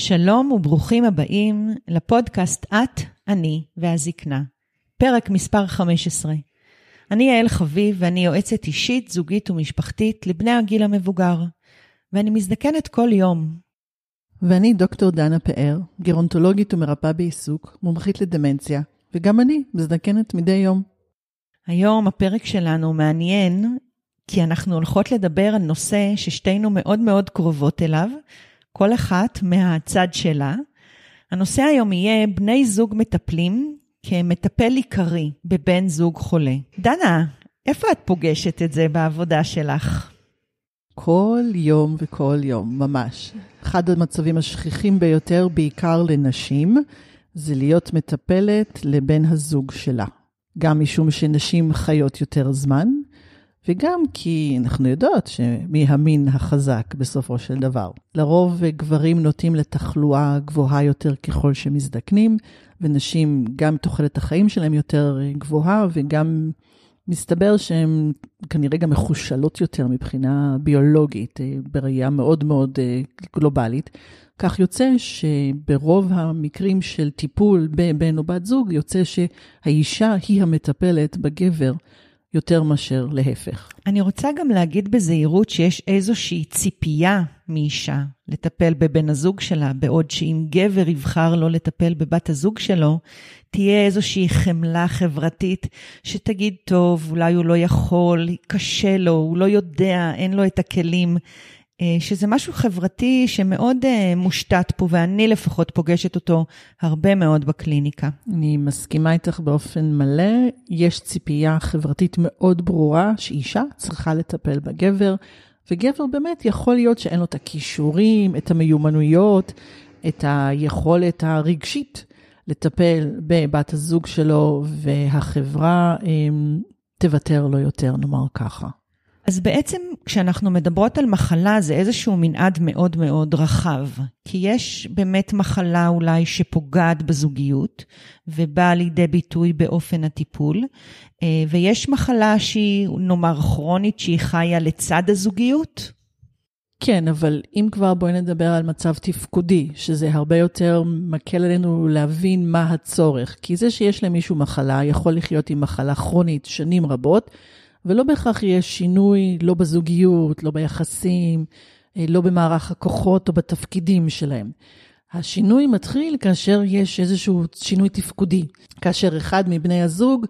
שלום וברוכים הבאים לפודקאסט את, אני והזקנה, פרק מספר 15. אני יעל חביב ואני יועצת אישית, זוגית ומשפחתית לבני הגיל המבוגר, ואני מזדקנת כל יום. ואני דוקטור דנה פאר, גרונטולוגית ומרפאה בעיסוק, מומחית לדמנציה, וגם אני מזדקנת מדי יום. היום הפרק שלנו מעניין, כי אנחנו הולכות לדבר על נושא ששתינו מאוד מאוד קרובות אליו, כל אחת מהצד שלה. הנושא היום יהיה בני זוג מטפלים כמטפל עיקרי בבן זוג חולה. דנה, איפה את פוגשת את זה בעבודה שלך? כל יום וכל יום, ממש. אחד המצבים השכיחים ביותר, בעיקר לנשים, זה להיות מטפלת לבן הזוג שלה. גם משום שנשים חיות יותר זמן, וגם כי אנחנו יודעות שמי המין החזק בסופו של דבר. לרוב גברים נוטים לתחלואה גבוהה יותר ככל שמזדקנים, ונשים גם תוחלת החיים שלהם יותר גבוהה, וגם מסתבר שהן כנראה גם מחושלות יותר מבחינה ביולוגית, בראייה מאוד מאוד גלובלית. כך יוצא שברוב המקרים של טיפול בבן או בת זוג, יוצא שהאישה היא המטפלת בגבר, יותר מאשר להפך. אני רוצה גם להגיד בזהירות שיש איזושהי ציפייה מאישה לטפל בבן הזוג שלה, בעוד שאם גבר יבחר לא לטפל בבת הזוג שלו, תהיה איזושהי חמלה חברתית שתגיד טוב, אולי הוא לא יכול, קשה לו, הוא לא יודע, אין לו את הכלים, שזה משהו חברתי שמאוד מושתת פה, ואני לפחות פוגשת אותו הרבה מאוד בקליניקה. אני מסכימה איתך באופן מלא, יש ציפייה חברתית מאוד ברורה, שאישה צריכה לטפל בגבר, וגבר באמת יכול להיות שאין לו את הכישורים, את המיומנויות, את היכולת הרגשית לטפל בבת הזוג שלו, והחברה תוותר לו יותר, נאמר ככה. אז בעצם כשאנחנו מדברות על מחלה זה איזשהו מנעד מאוד מאוד רחב, כי יש באמת מחלה אולי שפוגעת בזוגיות ובאה לידי ביטוי באופן הטיפול, ויש מחלה שהיא נאמר כרונית שהיא חיה לצד הזוגיות. כן, אבל אם כבר בואי נדבר על מצב תפקודי, שזה הרבה יותר מקל עלינו להבין מה הצורך, כי זה שיש למישהו מחלה יכול לחיות עם מחלה כרונית שנים רבות, ולא בהכרח יש שינוי, לא בזוגיות, לא ביחסים, לא במערך הכוחות או בתפקידים שלהם. השינוי מתחיל כאשר יש איזשהו שינוי תפקודי, כאשר אחד מבני הזוג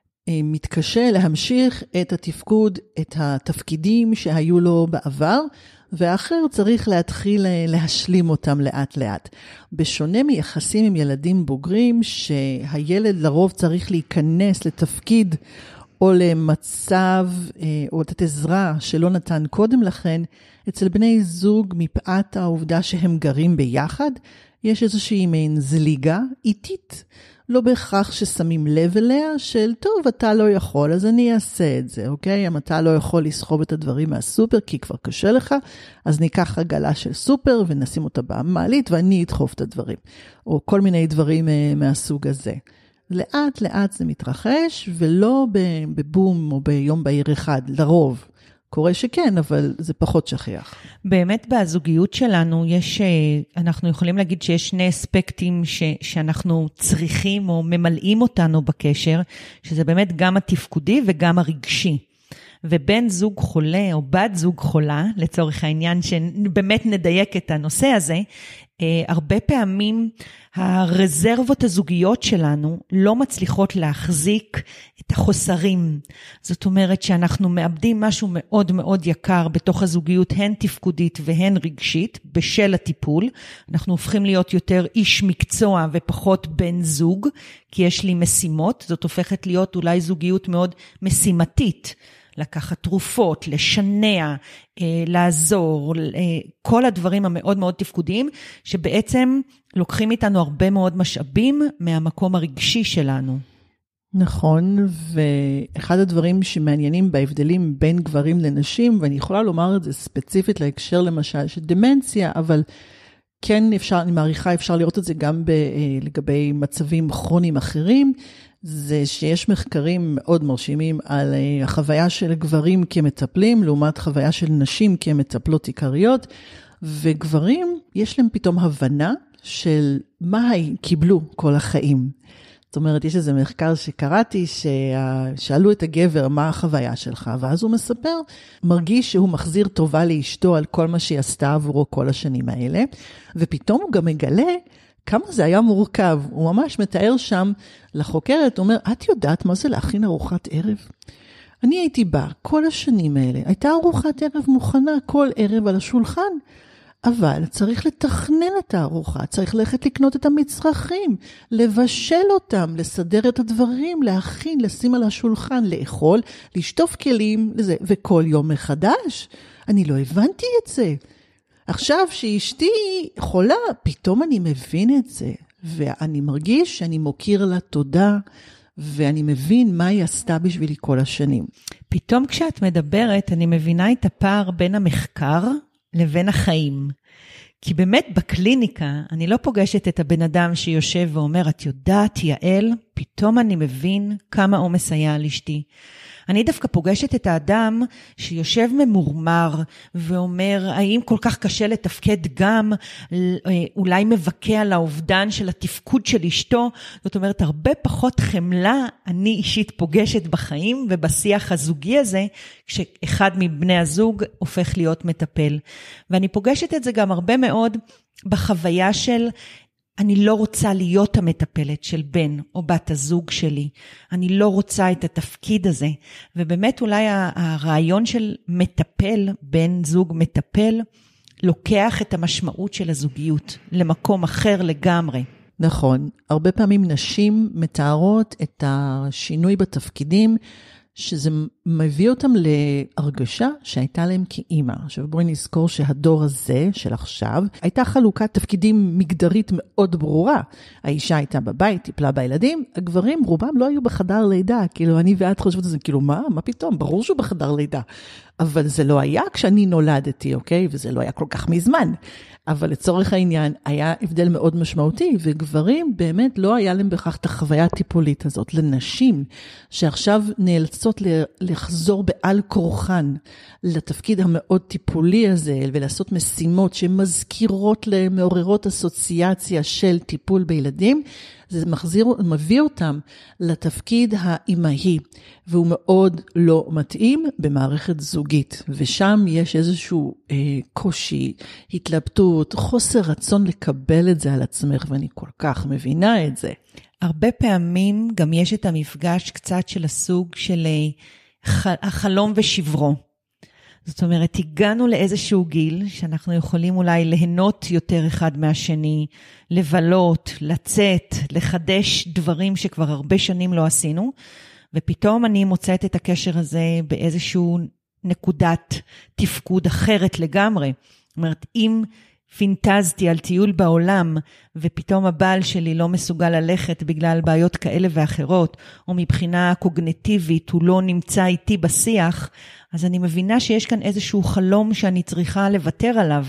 מתקשה להמשיך את התפקוד, את התפקידים שהיו לו בעבר, והאחר צריך להתחיל להשלים אותם לאט לאט. בשונה מיחסים עם ילדים בוגרים, שהילד לרוב צריך להיכנס לתפקיד, או למצב, או לתת עזרה שלא נתן קודם לכן, אצל בני זוג מפאת העובדה שהם גרים ביחד, יש איזושהי מעין זליגה איטית, לא בהכרח ששמים לב אליה, של טוב, אתה לא יכול, אז אני אעשה את זה, אוקיי? אם אתה לא יכול לסחוב את הדברים מהסופר, כי כבר קשה לך, אז ניקח עגלה של סופר, ונשים אותה במעלית, ואני אדחוף את הדברים, או כל מיני דברים מהסוג הזה. לאט לאט זה מתרחש, ולא בבום או ביום בהיר אחד, לרוב. קורה שכן, אבל זה פחות שכיח. באמת בזוגיות שלנו אנחנו יכולים להגיד שיש שני אספקטים שאנחנו צריכים או ממלאים אותנו בקשר, שזה באמת גם התפקודי וגם הרגשי. ובן זוג חולה או בת זוג חולה, לצורך העניין שבאמת נדייק את הנושא הזה, הרבה פעמים הרזרבות הזוגיות שלנו לא מצליחות להחזיק את החוסרים. זאת אומרת שאנחנו מאבדים משהו מאוד מאוד יקר בתוך הזוגיות, הן תפקודית והן רגשית, בשל הטיפול. אנחנו הופכים להיות יותר איש מקצוע ופחות בן זוג, כי יש לי משימות. זאת הופכת להיות אולי זוגיות מאוד משימתית. לקחת תרופות, לשנע, לעזור, כל הדברים המאוד מאוד תפקודיים, שבעצם לוקחים איתנו הרבה מאוד משאבים מהמקום הרגשי שלנו. נכון, ואחד הדברים שמעניינים בהבדלים בין גברים לנשים, ואני יכולה לומר את זה ספציפית להקשר למשל של דמנציה, אבל כן אפשר, אני מעריכה, אפשר לראות את זה גם לגבי מצבים כרוניים אחרים, זה שיש מחקרים מאוד מרשימים על החוויה של גברים כמטפלים, לעומת חוויה של נשים כמטפלות עיקריות, וגברים יש להם פתאום הבנה של מה קיבלו כל החיים. זאת אומרת, יש איזה מחקר שקראתי, ששאלו את הגבר מה החוויה שלך, ואז הוא מספר, מרגיש שהוא מחזיר טובה לאשתו על כל מה שהיא עשתה עבורו כל השנים האלה, ופתאום הוא גם מגלה כמה זה היה מורכב. הוא ממש מתאר שם לחוקרת, הוא אומר, את יודעת מה זה להכין ארוחת ערב? אני הייתי באה כל השנים האלה, הייתה ארוחת ערב מוכנה כל ערב על השולחן, אבל צריך לתכנן את הארוחה, צריך ללכת לקנות את המצרכים, לבשל אותם, לסדר את הדברים, להכין, לשים על השולחן, לאכול, לשטוף כלים, לזה, וכל יום מחדש. אני לא הבנתי את זה. עכשיו שאשתי חולה, פתאום אני מבין את זה, ואני מרגיש שאני מוקיר לה תודה, ואני מבין מה היא עשתה בשבילי כל השנים. פתאום כשאת מדברת, אני מבינה את הפער בין המחקר לבין החיים. כי באמת בקליניקה, אני לא פוגשת את הבן אדם שיושב ואומר, את יודעת, יעל, פתאום אני מבין כמה עומס היה על אשתי. אני דווקא פוגשת את האדם שיושב ממורמר ואומר, האם כל כך קשה לתפקד גם, אולי מבקע על האובדן של התפקוד של אשתו, זאת אומרת, הרבה פחות חמלה אני אישית פוגשת בחיים ובשיח הזוגי הזה, כשאחד מבני הזוג הופך להיות מטפל. ואני פוגשת את זה גם הרבה מאוד בחוויה של, אני לא רוצה להיות המטפלת של בן או בת הזוג שלי. אני לא רוצה את התפקיד הזה. ובאמת אולי הרעיון של מטפל, בן זוג מטפל, לוקח את המשמעות של הזוגיות למקום אחר לגמרי. נכון. הרבה פעמים נשים מתארות את השינוי בתפקידים, שזה מביא אותם להרגשה שהייתה להם כאימא. עכשיו בואי נזכור שהדור הזה של עכשיו, הייתה חלוקת תפקידים מגדרית מאוד ברורה. האישה הייתה בבית, טיפלה בילדים, הגברים רובם לא היו בחדר לידה. כאילו אני ואת חושבות את זה, כאילו מה פתאום? ברור שהוא בחדר לידה. אבל זה לא היה כשאני נולדתי, אוקיי? וזה לא היה כל כך מזמן. אבל לצורך העניין היה הבדל מאוד משמעותי, וגברים באמת לא היה להם בכך את החוויה הטיפולית הזאת. לנשים שעכשיו נאלצות לחזור בעל כורחן לתפקיד המאוד טיפולי הזה, ולעשות משימות שמזכירות למעוררות אסוציאציה של טיפול בילדים, זה מביא אותם לתפקיד האימהי, והוא מאוד לא מתאים במערכת זוגית, ושם יש איזשהו קושי, התלבטות, חוסר רצון לקבל את זה על עצמך, ואני כל כך מבינה את זה. הרבה פעמים גם יש את המפגש קצת של הסוג של החלום ושברו. זאת אומרת, הגענו לאיזשהו גיל שאנחנו יכולים אולי ליהנות יותר אחד מהשני, לבלות, לצאת, לחדש דברים שכבר הרבה שנים לא עשינו, ופתאום אני מוצאת את הקשר הזה באיזשהו נקודת תפקוד אחרת לגמרי. זאת אומרת, אם פינטזתי על טיול בעולם, ופתאום הבעל שלי לא מסוגל ללכת בגלל בעיות כאלה ואחרות, או מבחינה קוגניטיבית הוא לא נמצא איתי בשיח, אז אני מבינה שיש כאן איזשהו חלום שאני צריכה לוותר עליו,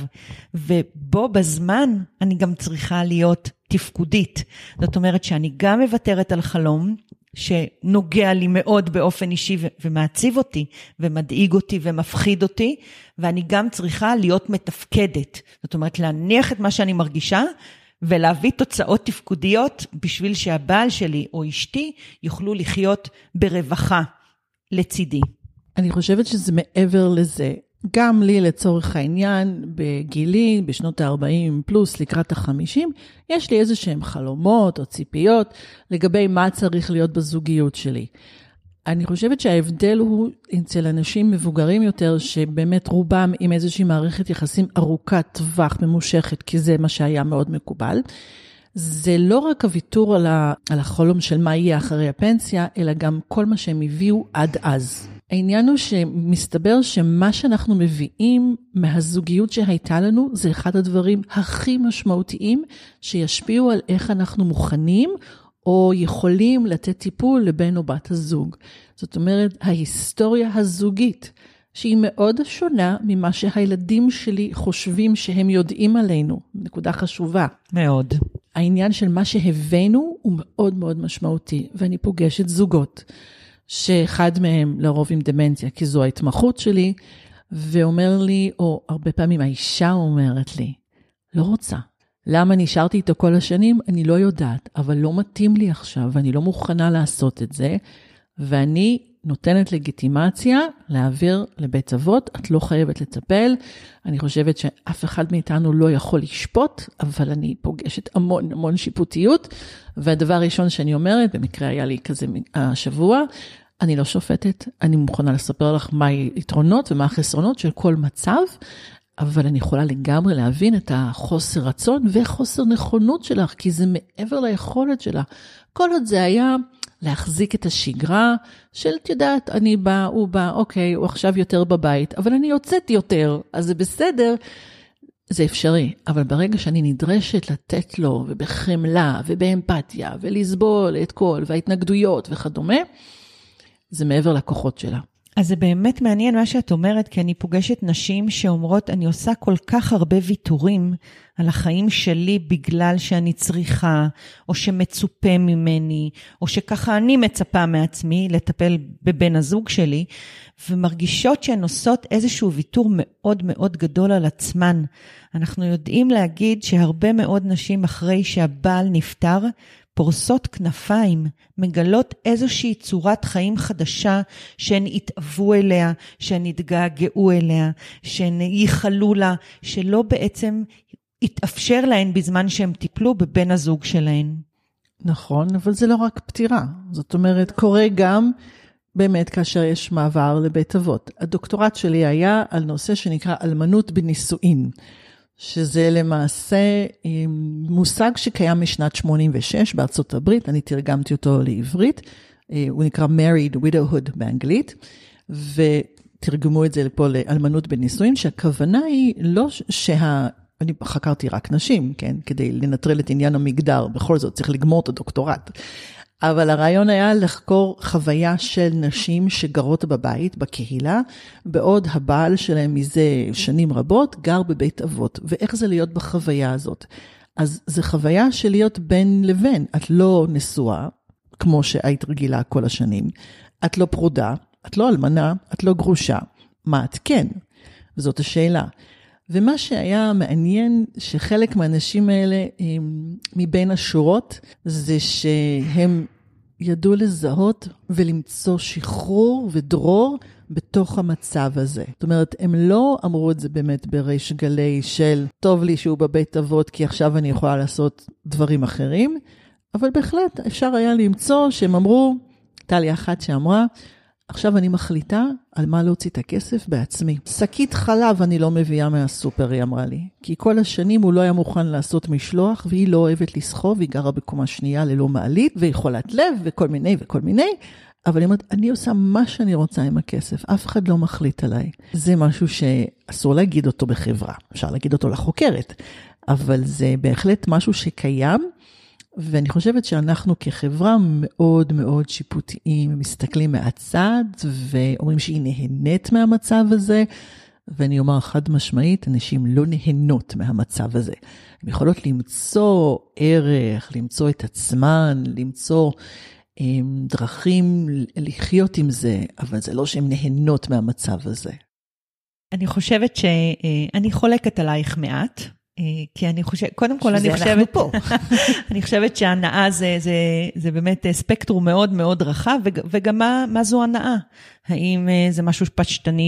ובו בזמן אני גם צריכה להיות תפקודית. זאת אומרת שאני גם מוותרת על חלום, שנוגע לי מאוד באופן אישי ומעציב אותי, ומדאיג אותי ומפחיד אותי, ואני גם צריכה להיות מתפקדת. זאת אומרת, להניח את מה שאני מרגישה, ולהביא תוצאות תפקודיות, בשביל שהבעל שלי או אשתי יוכלו לחיות ברווחה לצידי. אני חושבת שזה מעבר לזה. גם לי לצורך העניין, בגילי, בשנות ה-40 פלוס לקראת ה-50, יש לי איזה שהם חלומות או ציפיות לגבי מה צריך להיות בזוגיות שלי. אני חושבת שההבדל הוא אצל אנשים מבוגרים יותר, שבאמת רובם עם איזושהי מערכת יחסים ארוכת טווח ממושכת, כי זה מה שהיה מאוד מקובל. זה לא רק הוויתור על החלום של מה יהיה אחרי הפנסיה, אלא גם כל מה שהם הביאו עד אז. העניין הוא שמסתבר שמה שאנחנו מביאים מהזוגיות שהייתה לנו, זה אחד הדברים הכי משמעותיים שישפיעו על איך אנחנו מוכנים או יכולים לתת טיפול לבן או בת הזוג. זאת אומרת, ההיסטוריה הזוגית, שהיא מאוד שונה ממה שהילדים שלי חושבים שהם יודעים עלינו. נקודה חשובה. מאוד. העניין של מה שהבאנו הוא מאוד מאוד משמעותי, ואני פוגשת זוגות, שאחד מהם לרוב עם דמנציה, כי זו ההתמחות שלי, ואומר לי, או הרבה פעמים האישה אומרת לי, לא רוצה, למה נשארתי איתו כל השנים? אני לא יודעת, אבל לא מתאים לי עכשיו, ואני לא מוכנה לעשות את זה, ואני נותנת לגיטימציה להעביר לבית אבות, את לא חייבת לטפל, אני חושבת שאף אחד מאיתנו לא יכול לשפוט, אבל אני פוגשת המון שיפוטיות, והדבר הראשון שאני אומרת, במקרה היה לי כזה השבוע, אני לא שופטת, אני מוכנה לספר לך מה היתרונות ומה החסרונות של כל מצב, אבל אני יכולה לגמרי להבין את החוסר רצון וחוסר נכונות שלך, כי זה מעבר ליכולת שלה. כל עוד זה היה להחזיק את השגרה של, את יודעת, אני בא, הוא בא, אוקיי, הוא עכשיו יותר בבית, אבל אני יוצאת יותר, אז זה בסדר, זה אפשרי. אבל ברגע שאני נדרשת לתת לו, ובחמלה, ובאמפתיה, ולסבול את כל, וההתנגדויות וכדומה, זה מעבר לכוחות שלה. אז זה באמת מעניין מה שאת אומרת, כי אני פוגשת נשים שאומרות, אני עושה כל כך הרבה ויתורים על החיים שלי בגלל שאני צריכה, או שמצופה ממני, או שככה אני מצפה מעצמי לטפל בבן הזוג שלי, ומרגישות שהן עושות איזשהו ויתור מאוד מאוד גדול על עצמן. אנחנו יודעים להגיד שהרבה מאוד נשים אחרי שהבעל נפטר, פורסות כנפיים, מגלות איזושהי צורת חיים חדשה שהן יתאהבו אליה, שהן יתגעגעו אליה, שהן ייחלו לה, שלא בעצם יתאפשר להן בזמן שהן טיפלו בבן הזוג שלהן. נכון, אבל זה לא רק פטירה. זאת אומרת, קורה גם באמת כאשר יש מעבר לבית אבות. הדוקטורט שלי היה על נושא שנקרא אלמנות בנישואין. שזה למעשה מושג שקיים משנת 86 בארצות הברית, אני תרגמתי אותו לעברית, הוא נקרא Married Widowhood באנגלית, ותרגמו את זה לפה לאלמנות בנישואין, שהכוונה היא לא אני חקרתי רק נשים, כן, כדי לנטרל את עניין המגדר, בכל זאת צריך לגמור את הדוקטורט, אבל הרעיון היה לחקור חוויה של נשים שגרות בבית, בקהילה, בעוד הבעל שלהם מזה שנים רבות גר בבית אבות. ואיך זה להיות בחוויה הזאת? אז זה חוויה של להיות בין לבין. את לא נשואה, כמו שהיית רגילה כל השנים. את לא פרודה, את לא אלמנה, את לא גרושה. מה את כן? וזאת השאלה. ומה שהיה מעניין, שחלק מהאנשים האלה מבין השורות, זה שהם ידעו לזהות ולמצוא שחרור ודרור בתוך המצב הזה. זאת אומרת, הם לא אמרו את זה באמת בריש גלי של טוב לי שהוא בבית אבות, כי עכשיו אני יכולה לעשות דברים אחרים, אבל בהחלט אפשר היה למצוא שהם אמרו, הייתה לי אחת שאמרה, עכשיו אני מחליטה על מה להוציא את הכסף בעצמי. שקית חלב אני לא מביאה מהסופר, היא אמרה לי. כי כל השנים הוא לא היה מוכן לעשות משלוח, והיא לא אוהבת לסחוב, היא גרה בקומה שנייה ללא מעלית, והיא חולת לב וכל מיני. אבל היא אומרת, אני עושה מה שאני רוצה עם הכסף, אף אחד לא מחליט עליי. זה משהו שאסור להגיד אותו בחברה, אפשר להגיד אותו לחוקרת, אבל זה בהחלט משהו שקיים, ואני חושבת שאנחנו כחברה מאוד מאוד שיפוטיים, מסתכלים מהצד ואומרים שהיא נהנית מהמצב הזה, ואני אומר חד משמעית, אנשים לא נהנות מהמצב הזה. הן יכולות למצוא ערך, למצוא את עצמן, למצוא דרכים לחיות עם זה, אבל זה לא שהן נהנות מהמצב הזה. אני חושבת שאני חולקת עלייך מעט, כי אני חושבת, קודם כל אני חושבת, אני חושבת שההנאה זה באמת ספקטרום מאוד מאוד רחב, וגם מה זו הנאה? האם זה משהו פשטני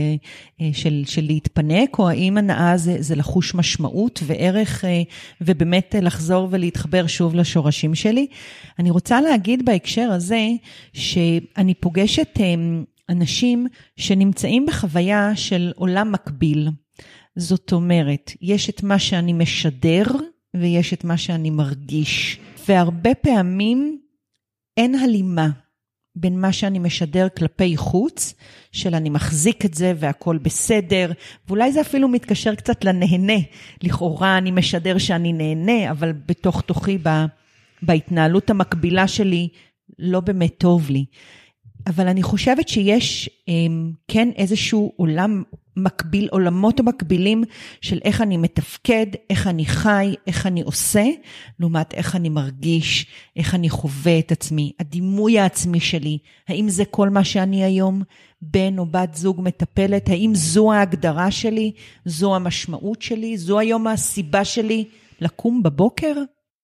של להתפנק, או האם הנאה זה לחוש משמעות וערך, ובאמת לחזור ולהתחבר שוב לשורשים שלי? אני רוצה להגיד בהקשר הזה, שאני פוגשת אנשים שנמצאים בחוויה של עולם מקביל, זאת אומרת, יש את מה שאני משדר, ויש את מה שאני מרגיש. והרבה פעמים אין הלימה בין מה שאני משדר כלפי חוץ, של אני מחזיק את זה והכל בסדר, ואולי זה אפילו מתקשר קצת לנהנה. לכאורה אני משדר שאני נהנה, אבל בתוך תוכי בהתנהלות המקבילה שלי לא באמת טוב לי. אבל אני חושבת שיש כן איזשהו עולם מקביל, עולמות המקבילים של איך אני מתפקד, איך אני חי, איך אני עושה, לעומת איך אני מרגיש, איך אני חווה את עצמי, הדימוי העצמי שלי, האם זה כל מה שאני היום, בן או בת זוג מטפלת, האם זו ההגדרה שלי, זו המשמעות שלי, זו היום הסיבה שלי לקום בבוקר?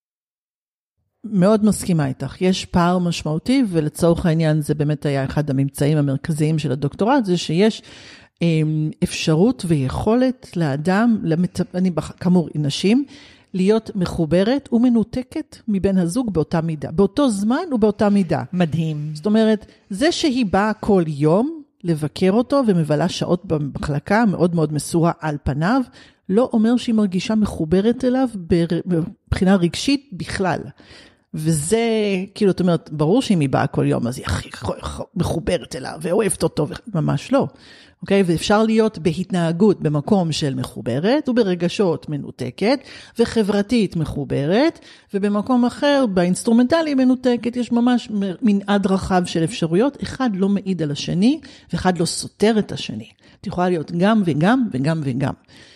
מאוד מסכימה איתך. יש פער משמעותי, ולצורך העניין זה באמת היה אחד הממצאים המרכזיים של הדוקטורט, זה שיש אפשרות ויכולת לאדם, כאמור נשים, להיות מחוברת ומנותקת מבין הזוג באותה מידה. באותו זמן ובאותה מידה. מדהים. זאת אומרת, זה שהיא באה כל יום לבקר אותו ומבלה שעות במחלקה, מאוד מאוד מסורה על פניו, לא אומר שהיא מרגישה מחוברת אליו מבחינה רגשית בכלל. וזה, כאילו, את אומרת, ברור שאם היא באה כל יום, אז היא הכי מחוברת אליו, ואוהבת אותו, ממש לא. אוקיי? ואפשר להיות בהתנהגות במקום של מחוברת, וברגשות מנותקת, וחברתית מחוברת, ובמקום אחר, באינסטרומנטלי מנותקת, יש ממש מנעד רחב של אפשרויות, אחד לא מעיד על השני, ואחד לא סותר את השני. את יכולה להיות גם וגם וגם וגם.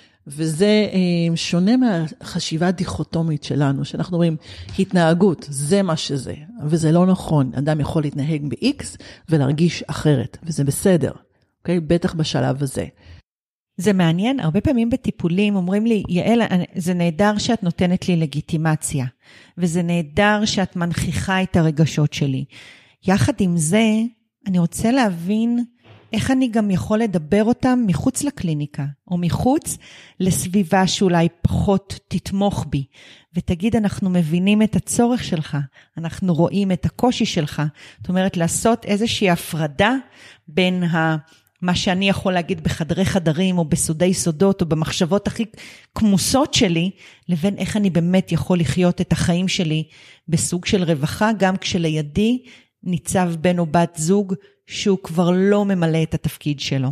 וזה שונה מהחשיבה הדיכוטומית שלנו, שאנחנו רואים התנהגות, זה מה שזה, וזה לא נכון. אדם יכול להתנהג ב-X ולהרגיש אחרת, וזה בסדר, אוקיי? בטח בשלב הזה. זה מעניין, הרבה פעמים בטיפולים אומרים לי, יעל, זה נהדר שאת נותנת לי לגיטימציה, וזה נהדר שאת מנכיחה את הרגשות שלי. יחד עם זה, אני רוצה להבין איך אני גם יכול לדבר אותם מחוץ לקליניקה, או מחוץ לסביבה שאולי פחות תתמוך בי, ותגיד, אנחנו מבינים את הצורך שלך, אנחנו רואים את הקושי שלך, זאת אומרת, לעשות איזושהי הפרדה בין מה שאני יכול להגיד בחדרי חדרים, או בסודי סודות, או במחשבות הכי כמוסות שלי, לבין איך אני באמת יכול לחיות את החיים שלי בסוג של רווחה, גם כשלידי ניצב בן או בת זוג, שהוא כבר לא ממלא את התפקיד שלו.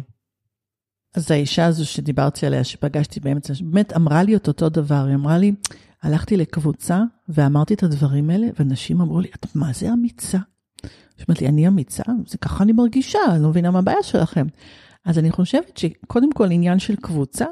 אז האישה הזו שדיברתי עליה, שפגשתי באמצע, באמת אמרה לי אותו דבר, היא אמרה לי, הלכתי לקבוצה ואמרתי את הדברים האלה, ואנשים אמרו לי, את מה זה אמיצה? שאמרתי לי, אני אמיצה? זה ככה אני מרגישה, אני לא מבינה מה הבעיה שלכם. אז אני חושבת שקודם כל עניין של קבוצה,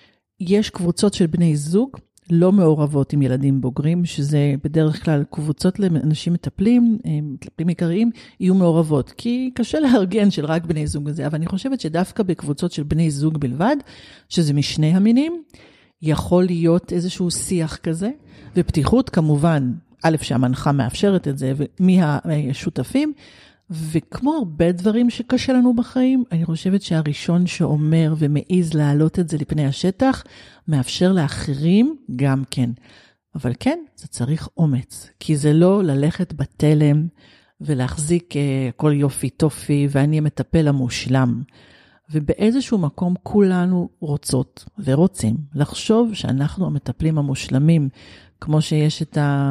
יש קבוצות של בני זוג, לא מעורבות עם ילדים בוגרים, שזה בדרך כלל קבוצות לאנשים מטפלים עיקריים, יהיו מעורבות, כי קשה להרגן של רק בני זוג הזה, אבל אני חושבת שדווקא בקבוצות של בני זוג בלבד, שזה משני המינים, יכול להיות איזשהו שיח כזה, ופתיחות כמובן, א' שהמנחה מאפשרת את זה, ומי השותפים, וכמו הרבה דברים שקשה לנו בחיים, אני חושבת שהראשון שאומר ומעיז להעלות את זה לפני השטח, מאפשר לאחרים גם כן. אבל כן, זה צריך אומץ, כי זה לא ללכת בתלם ולהחזיק כל יופי טופי, ואני מטפל המושלם. ובאיזשהו מקום כולנו רוצות ורוצים לחשוב שאנחנו המטפלים המושלמים, כמו שיש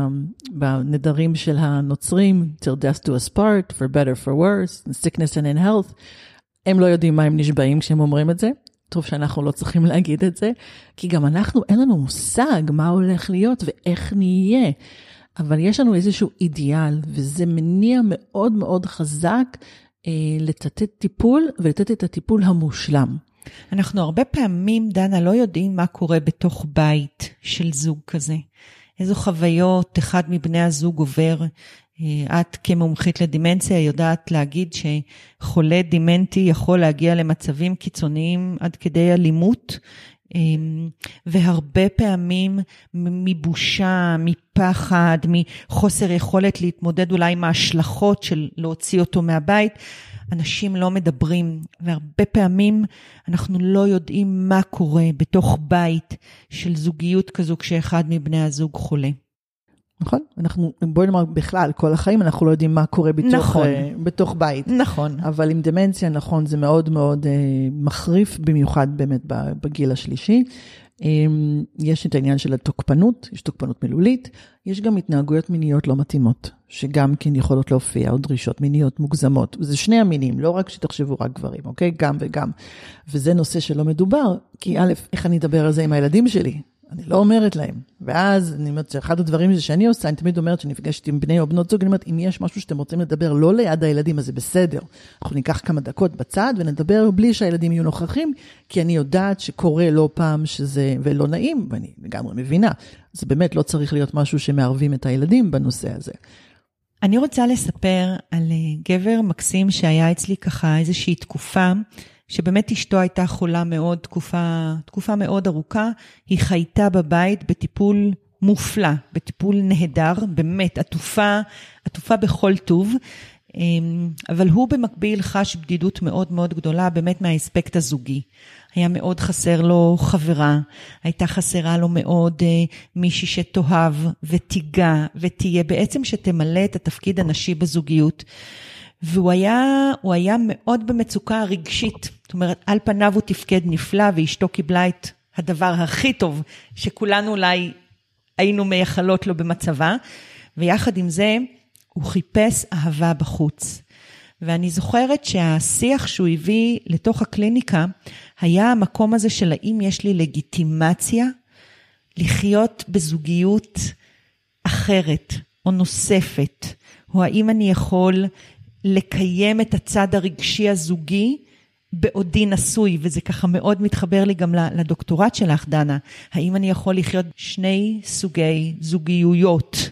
בנדרים של הנוצרים, till death do us part, for better, for worse, in sickness and in health. הם לא יודעים מה הם נשבעים כשהם אומרים את זה. טוב שאנחנו לא צריכים להגיד את זה, כי גם אנחנו, אין לנו מושג מה הולך להיות ואיך נהיה. אבל יש לנו איזשהו אידיאל, וזה מניע מאוד מאוד חזק לתת טיפול, ולתת את הטיפול המושלם. אנחנו הרבה פעמים, דנה, לא יודעים מה קורה בתוך בית של זוג כזה. איזו חוויות אחד מבני הזוג עובר. את כמומחית לדימנציה יודעת להגיד שחולה דימנטי יכול להגיע למצבים קיצוניים עד כדי אלימות, והרבה פעמים מבושה, מפחד, מחוסר יכולת להתמודד אולי עם ההשלכות של להוציא אותו מהבית, אנשים לא מדברים, והרבה פעמים אנחנו לא יודעים מה קורה בתוך בית של זוגיות כזו כשאחד מבני הזוג חולה. נכון, בואי נאמר בכלל, כל החיים אנחנו לא יודעים מה קורה בתוך בית. נכון. אבל עם דמנציה, נכון, זה מאוד מאוד מחריף, במיוחד באמת בגיל השלישי. יש את העניין של התוקפנות, יש תוקפנות מילולית, יש גם התנהגויות מיניות לא מתאימות, שגם כן יכולות להופיע, או דרישות מיניות מוגזמות. זה שני המינים, לא רק שתחשבו רק גברים, אוקיי? גם וגם. וזה נושא שלא מדובר, כי א', איך אני אדבר על זה עם הילדים שלי? אני לא אומרת להם. ואז אני אומרת שאחד הדברים זה שאני עושה, אני תמיד אומרת שנפגשת עם בני או בנות זוג, אני אומרת, אם יש משהו שאתם רוצים לדבר לא ליד הילדים, אז זה בסדר. אנחנו ניקח כמה דקות בצד ונדבר בלי שהילדים יהיו נוכחים, כי אני יודעת שקורה לא פעם שזה ולא נעים, ואני לגמרי מבינה. זה באמת לא צריך להיות משהו שמערבים את הילדים בנושא הזה. אני רוצה לספר על גבר מקסים שהיה אצלי ככה איזושהי תקופה, שבאמת אשתו הייתה חולה מאוד, תקופה מאוד ארוכה, היא חייתה בבית בטיפול מופלא, בטיפול נהדר, באמת עטופה בכל טוב, אבל הוא במקביל חש בדידות מאוד מאוד גדולה, באמת מהאספקט הזוגי. היה מאוד חסר לו חברה, הייתה חסרה לו מאוד מישהי שתאהב ותיגע ותהיה, בעצם שתמלא את התפקיד הנשי בזוגיות. והוא היה מאוד במצוקה רגשית, זאת אומרת, על פניו הוא תפקד נפלא, ואשתו קיבלה את הדבר הכי טוב, שכולנו אולי היינו מייחלות לו במצבה, ויחד עם זה, הוא חיפש אהבה בחוץ. ואני זוכרת שהשיח שהוא הביא לתוך הקליניקה, היה המקום הזה של האם יש לי לגיטימציה, לחיות בזוגיות אחרת, או נוספת, או האם אני יכול לקיים את הצד הרגשי הזוגי, בעודי נשוי, וזה ככה מאוד מתחבר לי גם לדוקטורט שלך, דנה. האם אני יכול לחיות שני סוגי זוגיות,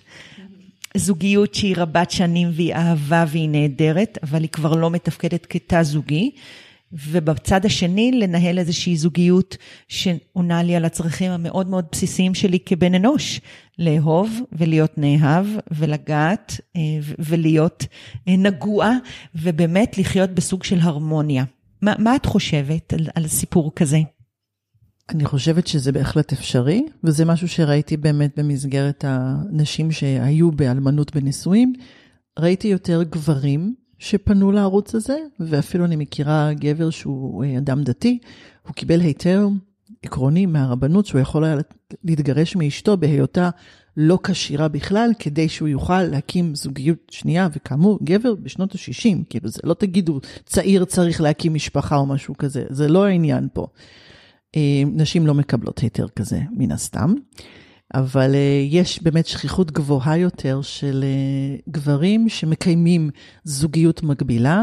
זוגיות שהיא רבת שנים והיא אהבה והיא נהדרת, אבל היא כבר לא מתפקדת כתא זוגי, ובצד השני לנהל איזושהי זוגיות שעונה לי על הצרכים המאוד מאוד בסיסיים שלי כבן אנוש, לאהוב ולהיות נאהב ולגעת ולהיות נגוע, ובאמת לחיות בסוג של הרמוניה. מה את חושבת על סיפור כזה? אני חושבת שזה בהחלט אפשרי, וזה משהו שראיתי באמת במסגרת הנשים שהיו באלמנות בנישואים. ראיתי יותר גברים שפנו לערוץ הזה, ואפילו אני מכירה גבר שהוא אדם דתי, הוא קיבל היתר עקרוני מהרבנות, שהוא יכול היה להתגרש מאשתו בהיותה לא קשירה בכלל, כדי שהוא יוכל להקים זוגיות שנייה, וכאמור, גבר בשנות ה-60, כאילו זה לא תגידו, צעיר צריך להקים משפחה או משהו כזה, זה לא העניין פה. נשים לא מקבלות היתר כזה, מן הסתם, אבל יש באמת שכיחות גבוהה יותר של גברים שמקיימים זוגיות מקבילה.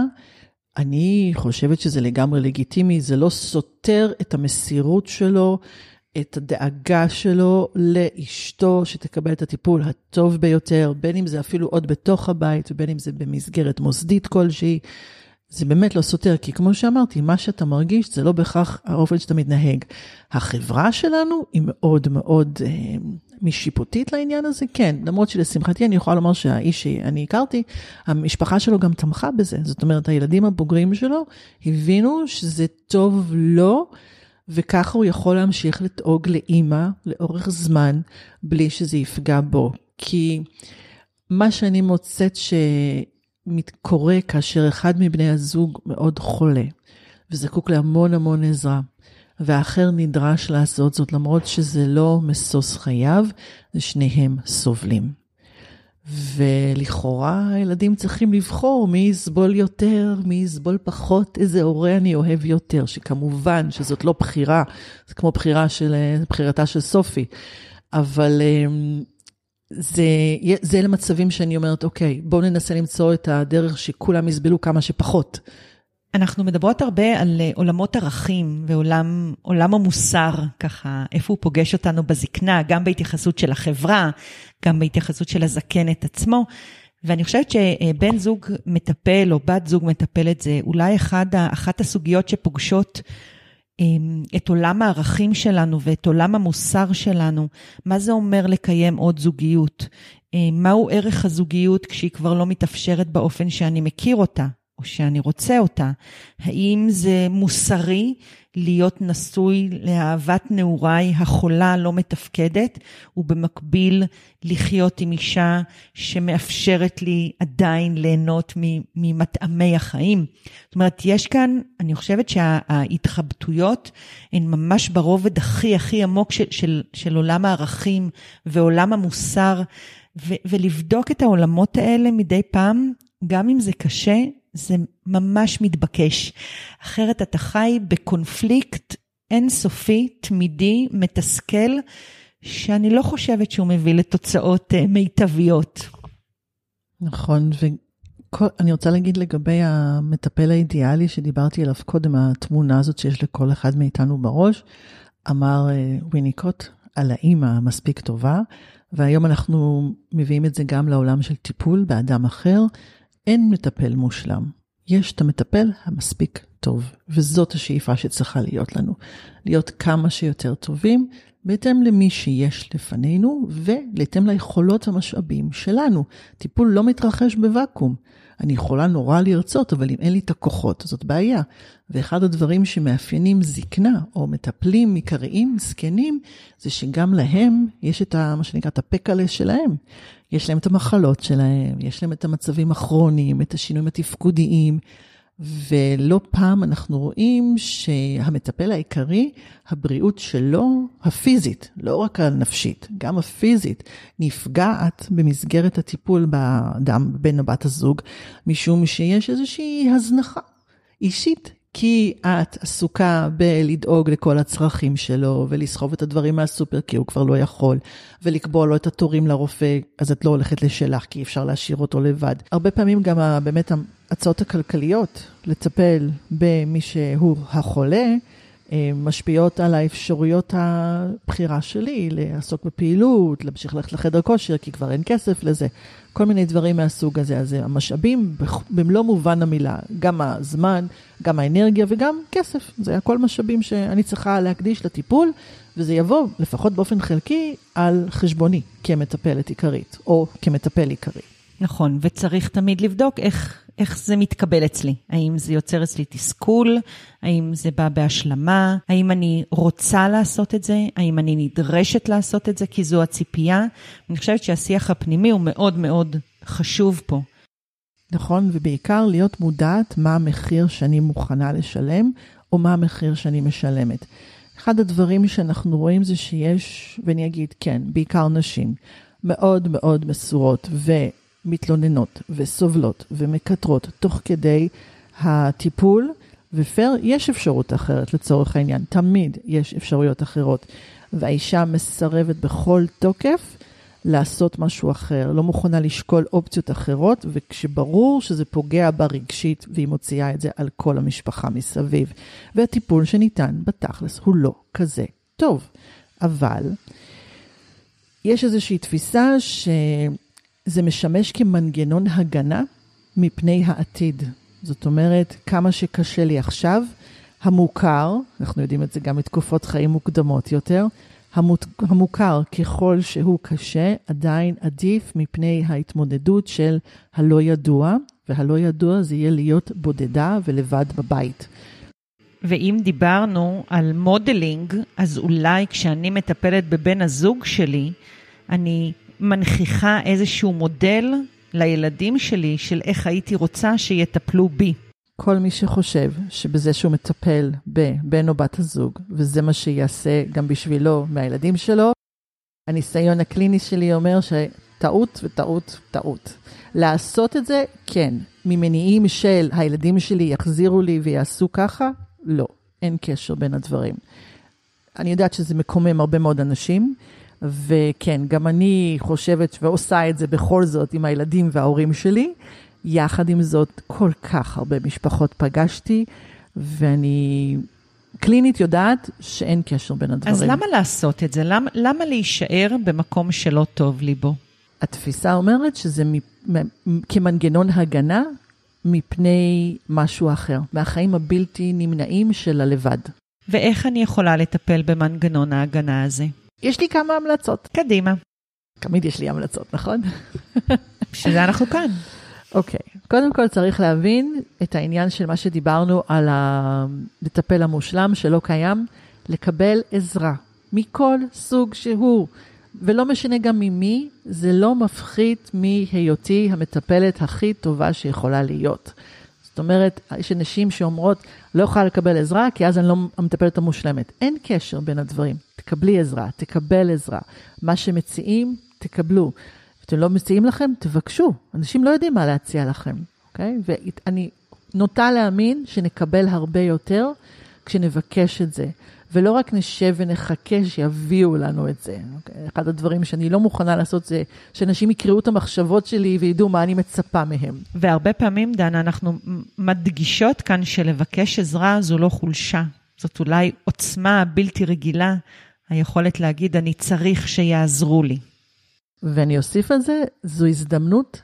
אני חושבת שזה לגמרי לגיטימי, זה לא סותר את המסירות שלו, את הדאגה שלו לאשתו שתקבל את הטיפול הטוב ביותר, בין אם זה אפילו עוד בתוך הבית, ובין אם זה במסגרת מוסדית כלשהי. זה באמת לא סותר, כי כמו שאמרתי, מה שאתה מרגיש זה לא בהכרח האופן שאתה מתנהג. החברה שלנו היא מאוד מאוד משיפוטית לעניין הזה, כן, למרות שלשמחתי אני יכולה לומר שהאיש שאני הכרתי, המשפחה שלו גם תמכה בזה, זאת אומרת, הילדים הבוגרים שלו הבינו שזה טוב לו, וככה הוא יכול להמשיך לדאוג לאמא לאורך זמן, בלי שזה יפגע בו. כי מה שאני מוצאת מתקורה כאשר אחד מבני הזוג מאוד חולה, וזקוק להמון המון עזרה, והאחר נדרש לעשות זאת, למרות שזה לא מסוס חייו, שניהם סובלים. ולכאורה הילדים צריכים לבחור מי יסבול יותר, מי יסבול פחות, איזה הורה אני אוהב יותר, שכמובן שזאת לא בחירה, זה כמו בחירתה של סופי, אבל זה למצבים שאני אומרת, אוקיי, בואו ננסה למצוא את הדרך שכולם יסבלו כמה שפחות. אנחנו מדברות הרבה על עולמות ערכים ועולם המוסר, ככה, איפה הוא פוגש אותנו בזקנה, גם בהתייחסות של החברה, גם בהתייחסות של הזקן את עצמו, ואני חושבת שבן זוג מטפל או בת זוג מטפלת, זה אולי אחת הסוגיות שפוגשות את עולם הערכים שלנו ואת עולם המוסר שלנו. מה זה אומר לקיים עוד זוגיות? מהו ערך הזוגיות כשהיא כבר לא מתאפשרת באופן שאני מכיר אותה או שאני רוצה אותה? האם זה מוסרי להיות נשוי לאהבת נעוריי החולה לא מתפקדת, ובמקביל לחיות עם אישה שמאפשרת לי עדיין ליהנות ממטעמי החיים? זאת אומרת, יש כאן, אני חושבת שההתחבטויות הן ממש ברובד הכי עמוק של עולם הערכים ועולם המוסר, ולבדוק את העולמות האלה מדי פעם, גם אם זה קשה, זה ממש מתבקש. אחרת אתה חי בקונפליקט אינסופי, תמידי, מתסכל, שאני לא חושבת שהוא מביא לתוצאות מיטביות. נכון, ואני רוצה להגיד לגבי המטפל האידיאלי שדיברתי עליו קודם, התמונה הזאת שיש לכל אחד מאיתנו בראש, אמר ויניקוט על האמא המספיק טובה, והיום אנחנו מביאים את זה גם לעולם של טיפול באדם אחר. אין מטפל מושלם, יש את המטפל המספיק טוב, וזאת השאיפה שצריכה להיות לנו, להיות כמה שיותר טובים בהתאם למי שיש לפנינו ולהתאם ליכולות המשאבים שלנו. טיפול לא מתרחש בוואקום. אני יכולה נורא לרצות, אבל אם אין לי את הכוחות, זאת בעיה. ואחד הדברים שמאפיינים זקנה או מטפלים עיקריים, זקנים, זה שגם להם יש את מה שנקרא את הפקלה שלהם. יש להם את המחלות שלהם, יש להם את המצבים הכרוניים, את השינויים התפקודיים, ולא פעם אנחנו רואים שהמטפל העיקרי, הבריאות שלו, הפיזית, לא רק הנפשית, גם הפיזית, נפגעת במסגרת הטיפול באדם, בן או בת הזוג, משום שיש איזושהי הזנחה אישית, כי את עסוקה בלדאוג לכל הצרכים שלו, ולסחוב את הדברים מהסופר, כי הוא כבר לא יכול, ולקבוע לו את התורים לרופא, אז את לא הולכת לשלח, כי אפשר להשאיר אותו לבד. הרבה פעמים גם באמת ההצעות הכלכליות, לטפל במי שהוא החולה, משפיעות על האפשרויות הבחירה שלי, לעסוק בפעילות, להמשיך ללכת לחדר כושר, כי כבר אין כסף לזה. כל מיני דברים מהסוג הזה. אז המשאבים במלוא מובן המילה, גם הזמן, גם האנרגיה וגם כסף. זה הכל משאבים שאני צריכה להקדיש לטיפול, וזה יבוא לפחות באופן חלקי על חשבוני כמטפלת עיקרית, או כמטפל עיקרי. נכון, וצריך תמיד לבדוק איך זה מתקבל אצלי. האם זה יוצר אצלי תסכול? האם זה בא בהשלמה? האם אני רוצה לעשות את זה? האם אני נדרשת לעשות את זה? כי זו הציפייה. אני חושבת שהשיח הפנימי הוא מאוד מאוד חשוב פה. נכון, ובעיקר להיות מודעת מה המחיר שאני מוכנה לשלם, או מה המחיר שאני משלמת. אחד הדברים שאנחנו רואים זה שיש, ואני אגיד כן, בעיקר נשים, מאוד מאוד מסורות מתלוננות וסובלות ומקטרות תוך כדי הטיפול, יש אפשרות אחרת לצורך העניין, תמיד יש אפשרויות אחרות, והאישה מסרבת בכל תוקף לעשות משהו אחר, לא מוכנה לשקול אופציות אחרות, וכשברור שזה פוגע בה רגשית, והיא מוציאה את זה על כל המשפחה מסביב, והטיפול שניתן בתכלס הוא לא כזה טוב, אבל יש איזושהי תפיסה זה משמש כמנגנון הגנה מפני העתיד. זאת אומרת, כמה שקשה לי עכשיו, המוכר, אנחנו יודעים את זה גם מתקופות חיים מוקדמות יותר, המוכר ככל שהוא קשה, עדיין עדיף מפני ההתמודדות של הלא ידוע, והלא ידוע זה יהיה להיות בודדה ולבד בבית. ואם דיברנו על מודלינג, אז אולי כשאני מטפלת בבן הזוג שלי, אני מנכיחה איזשהו מודל לילדים שלי של איך הייתי רוצה שיטפלו בי. כל מי שחושב שבזה שהוא מטפל בבן או בת הזוג, וזה מה שיעשה גם בשבילו מהילדים שלו, הניסיון הקליני שלי אומר שטעות וטעות טעות. לעשות את זה, כן. ממניעים של הילדים שלי יחזירו לי ויעשו ככה, לא. אין קשר בין הדברים. אני יודעת שזה מקומם הרבה מאוד אנשים, וכן, גם אני חושבת ועושה את זה בכל זאת עם הילדים וההורים שלי. יחד עם זאת, כל כך הרבה משפחות פגשתי, ואני קלינית יודעת שאין קשר בין הדברים. אז למה לעשות את זה? למה להישאר במקום שלא טוב לי בו? התפיסה אומרת שזה כמנגנון הגנה מפני משהו אחר, מהחיים הבלתי נמנעים של הלבד. ואיך אני יכולה לטפל במנגנון ההגנה הזה? יש לי כמה המלצות. קדימה. תמיד יש לי המלצות, נכון? שזה אנחנו כאן. אוקיי. קודם כל צריך להבין את העניין של מה שדיברנו על לטפל המושלם שלא קיים, לקבל עזרה מכל סוג שהוא, ולא משנה גם ממי, זה לא מפחית מהיותי המטפלת הכי טובה שיכולה להיות. זאת אומרת, יש אנשים שאומרות, לא יכולה לקבל עזרה, כי אז אני לא המטפלת המושלמת. אין קשר בין הדברים. תקבלי עזרה, תקבל עזרה. מה שמציעים, תקבלו. אתם לא מציעים לכם, תבקשו. אנשים לא יודעים מה להציע לכם. אוקיי? ואני נוטה להאמין שנקבל הרבה יותר כשנבקש את זה. ולא רק נשב ונחכה שיביאו לנו את זה. אוקיי? אחד הדברים שאני לא מוכנה לעשות זה שאנשים יקראו את המחשבות שלי וידעו מה אני מצפה מהם. והרבה פעמים, דנה, אנחנו מדגישות כאן שלבקש עזרה זו לא חולשה. זאת אולי עוצמה בלתי רגילה, היכולת להגיד אני צריך שיעזרו לי. ואני אוסיף על זה, זו הזדמנות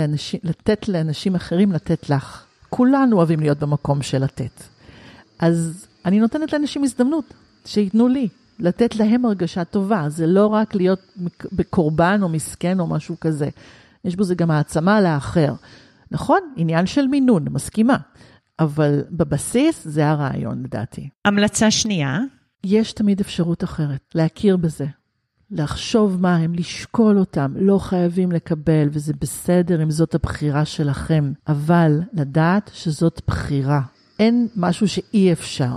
לתת לאנשים אחרים לתת לך. כולנו אוהבים להיות במקום של לתת. אז אני נותנת לאנשים הזדמנות, שיתנו לי. לתת להם הרגשה טובה. זה לא רק להיות בקורבן או מסכן או משהו כזה. יש בו זה גם העצמה לאחר. נכון, עניין של מינון, מסכימה. אבל בבסיס זה הרעיון, לדעתי. המלצה שנייה. יש תמיד אפשרות אחרת, להכיר בזה. לחשוב מה הם, לשקול אותם, לא חייבים לקבל, וזה בסדר אם זאת הבחירה שלכם. אבל לדעת שזאת בחירה. אין משהו שאי אפשר.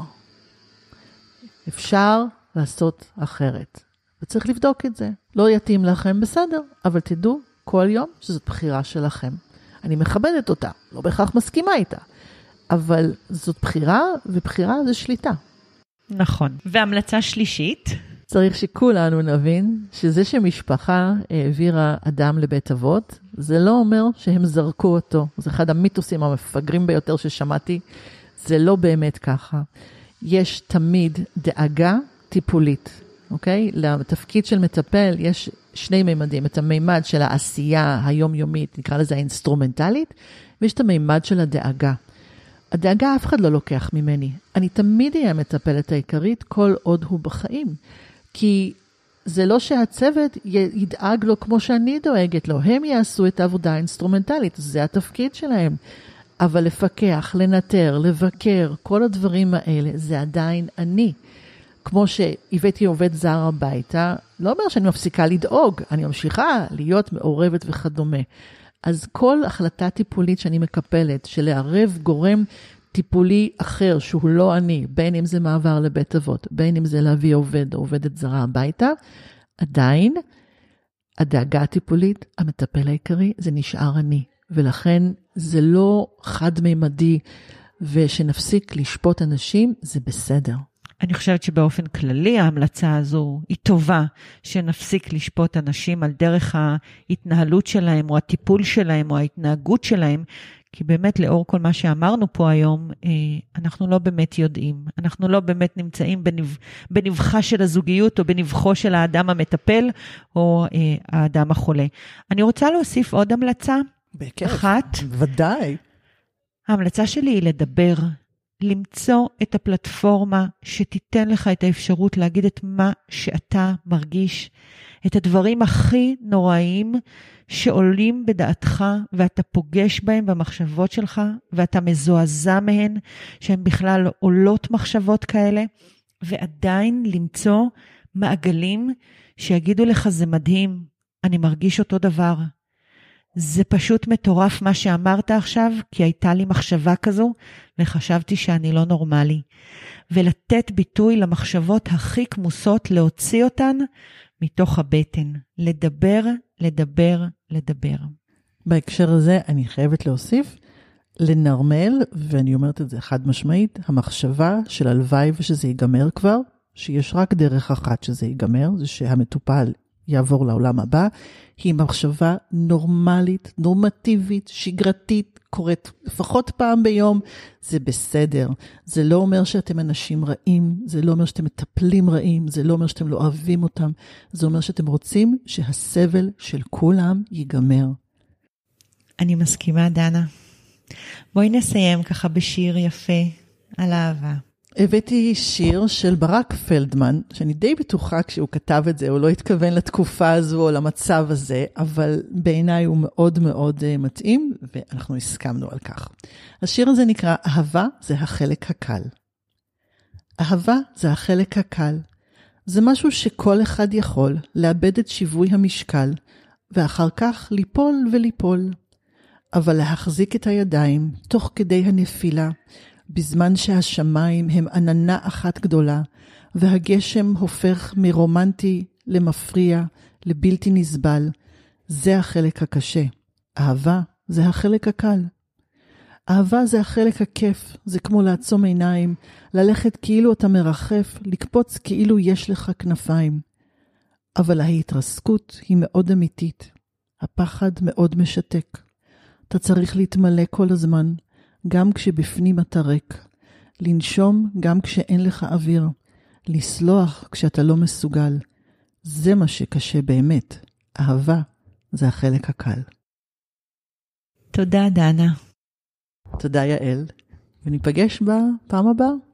אפשר לעשות אחרת. וצריך לבדוק את זה. לא יתאים לכם, בסדר, אבל תדעו כל יום שזאת בחירה שלכם. אני מכבדת אותה, לא בהכרח מסכימה איתה. אבל זאת בחירה, ובחירה זה שליטה. נכון. והמלצה שלישית? צריך שכולנו נבין שזה שמשפחה העבירה אדם לבית אבות, זה לא אומר שהם זרקו אותו. זה אחד המיתוסים המפגרים ביותר ששמעתי. זה לא באמת ככה. יש תמיד דאגה טיפולית, אוקיי? לתפקיד של מטפל יש שני מימדים. את המימד של העשייה היומיומית, נקרא לזה האינסטרומנטלית, ויש את המימד של הדאגה. הדאגה אף אחד לא לוקח ממני. אני תמיד אהיה מטפלת העיקרית כל עוד הוא בחיים. כי זה לא שהצוות ידאג לו כמו שאני דואגת לו. הם יעשו את העבודה האינסטרומנטלית. זה התפקיד שלהם. אבל לפקח, לנטר, לבקר, כל הדברים האלה, זה עדיין אני. כמו שהבאתי עובד זר הביתה, לא אומר שאני מפסיקה לדאוג. אני ממשיכה להיות מעורבת וכדומה. אז כל החלטה טיפולית שאני מקפלת, של לערב גורם טיפולי אחר, שהוא לא אני, בין אם זה מעבר לבית אבות, בין אם זה להביא עובד או עובדת זרה הביתה, עדיין הדאגה הטיפולית, המטפל העיקרי, זה נשאר אני. ולכן זה לא חד-מימדי, ושנפסיק לשפוט אנשים, זה בסדר. אני חושבת שבאופן כללי ההמלצה הזו היא טובה, שנפסיק לשפוט אנשים על דרך ההתנהלות שלהם, או הטיפול שלהם, או ההתנהגות שלהם, כי באמת לאור כל מה שאמרנו פה היום, אנחנו לא באמת יודעים, אנחנו לא באמת נמצאים בנבחה של הזוגיות, או בנבחו של האדם המטפל, או האדם החולה. אני רוצה להוסיף עוד המלצה, אחת. ודאי. ההמלצה שלי היא לדבר, למצוא את הפלטפורמה שתיתן לך את האפשרות להגיד את מה שאתה מרגיש, את הדברים הכי נוראיים שעולים בדעתך ואתה פוגש בהם במחשבות שלך ואתה מזועזע מהן שהן בכלל עולות מחשבות כאלה, ועדיין למצוא מעגלים שיגידו לך זה מדהים, אני מרגיש אותו דבר. זה פשוט מטורף מה שאמרת עכשיו, כי הייתה לי מחשבה כזו, וחשבתי שאני לא נורמלי. ולתת ביטוי למחשבות הכי כמוסות, להוציא אותן מתוך הבטן. לדבר, לדבר, לדבר. בהקשר הזה אני חייבת להוסיף, לנרמל, ואני אומרת את זה חד משמעית, המחשבה של הלוואי ושזה ייגמר כבר, שיש רק דרך אחת שזה ייגמר, זה שהמטופל יעבור לעולם הבא, היא מחשבה נורמלית, נורמטיבית, שגרתית, קורית לפחות פעם ביום, זה בסדר. זה לא אומר שאתם אנשים רעים, זה לא אומר שאתם מטפלים רעים, זה לא אומר שאתם לא אוהבים אותם, זה אומר שאתם רוצים שהסבל של כולם ייגמר. אני מסכימה, דנה. בואי נסיים ככה בשיר יפה על אהבה. הבאתי שיר של ברק פלדמן, שאני די בטוחה כשהוא כתב את זה, הוא לא התכוון לתקופה הזו או למצב הזה, אבל בעיניי הוא מאוד מאוד מתאים, ואנחנו הסכמנו על כך. השיר הזה נקרא אהבה זה החלק הקל. אהבה זה החלק הקל. זה משהו שכל אחד יכול לאבד את שיווי המשקל, ואחר כך ליפול וליפול. אבל להחזיק את הידיים תוך כדי הנפילה, בזמן שהשמיים הם עננה אחת גדולה, והגשם הופך מרומנטי למפריע, לבלתי נסבל. זה החלק הקשה. אהבה זה החלק הקל. אהבה זה החלק הכיף, זה כמו לעצום עיניים, ללכת כאילו אתה מרחף, לקפוץ כאילו יש לך כנפיים. אבל ההתרסקות היא מאוד אמיתית. הפחד מאוד משתק. אתה צריך להתמלא כל הזמן, גם כשבפנים אתה ריק. לנשום גם כשאין לך אוויר. לסלוח כשאתה לא מסוגל. זה מה שקשה באמת. אהבה זה החלק הקל. תודה, דנה. תודה, יעל. וניפגש בפעם הבאה.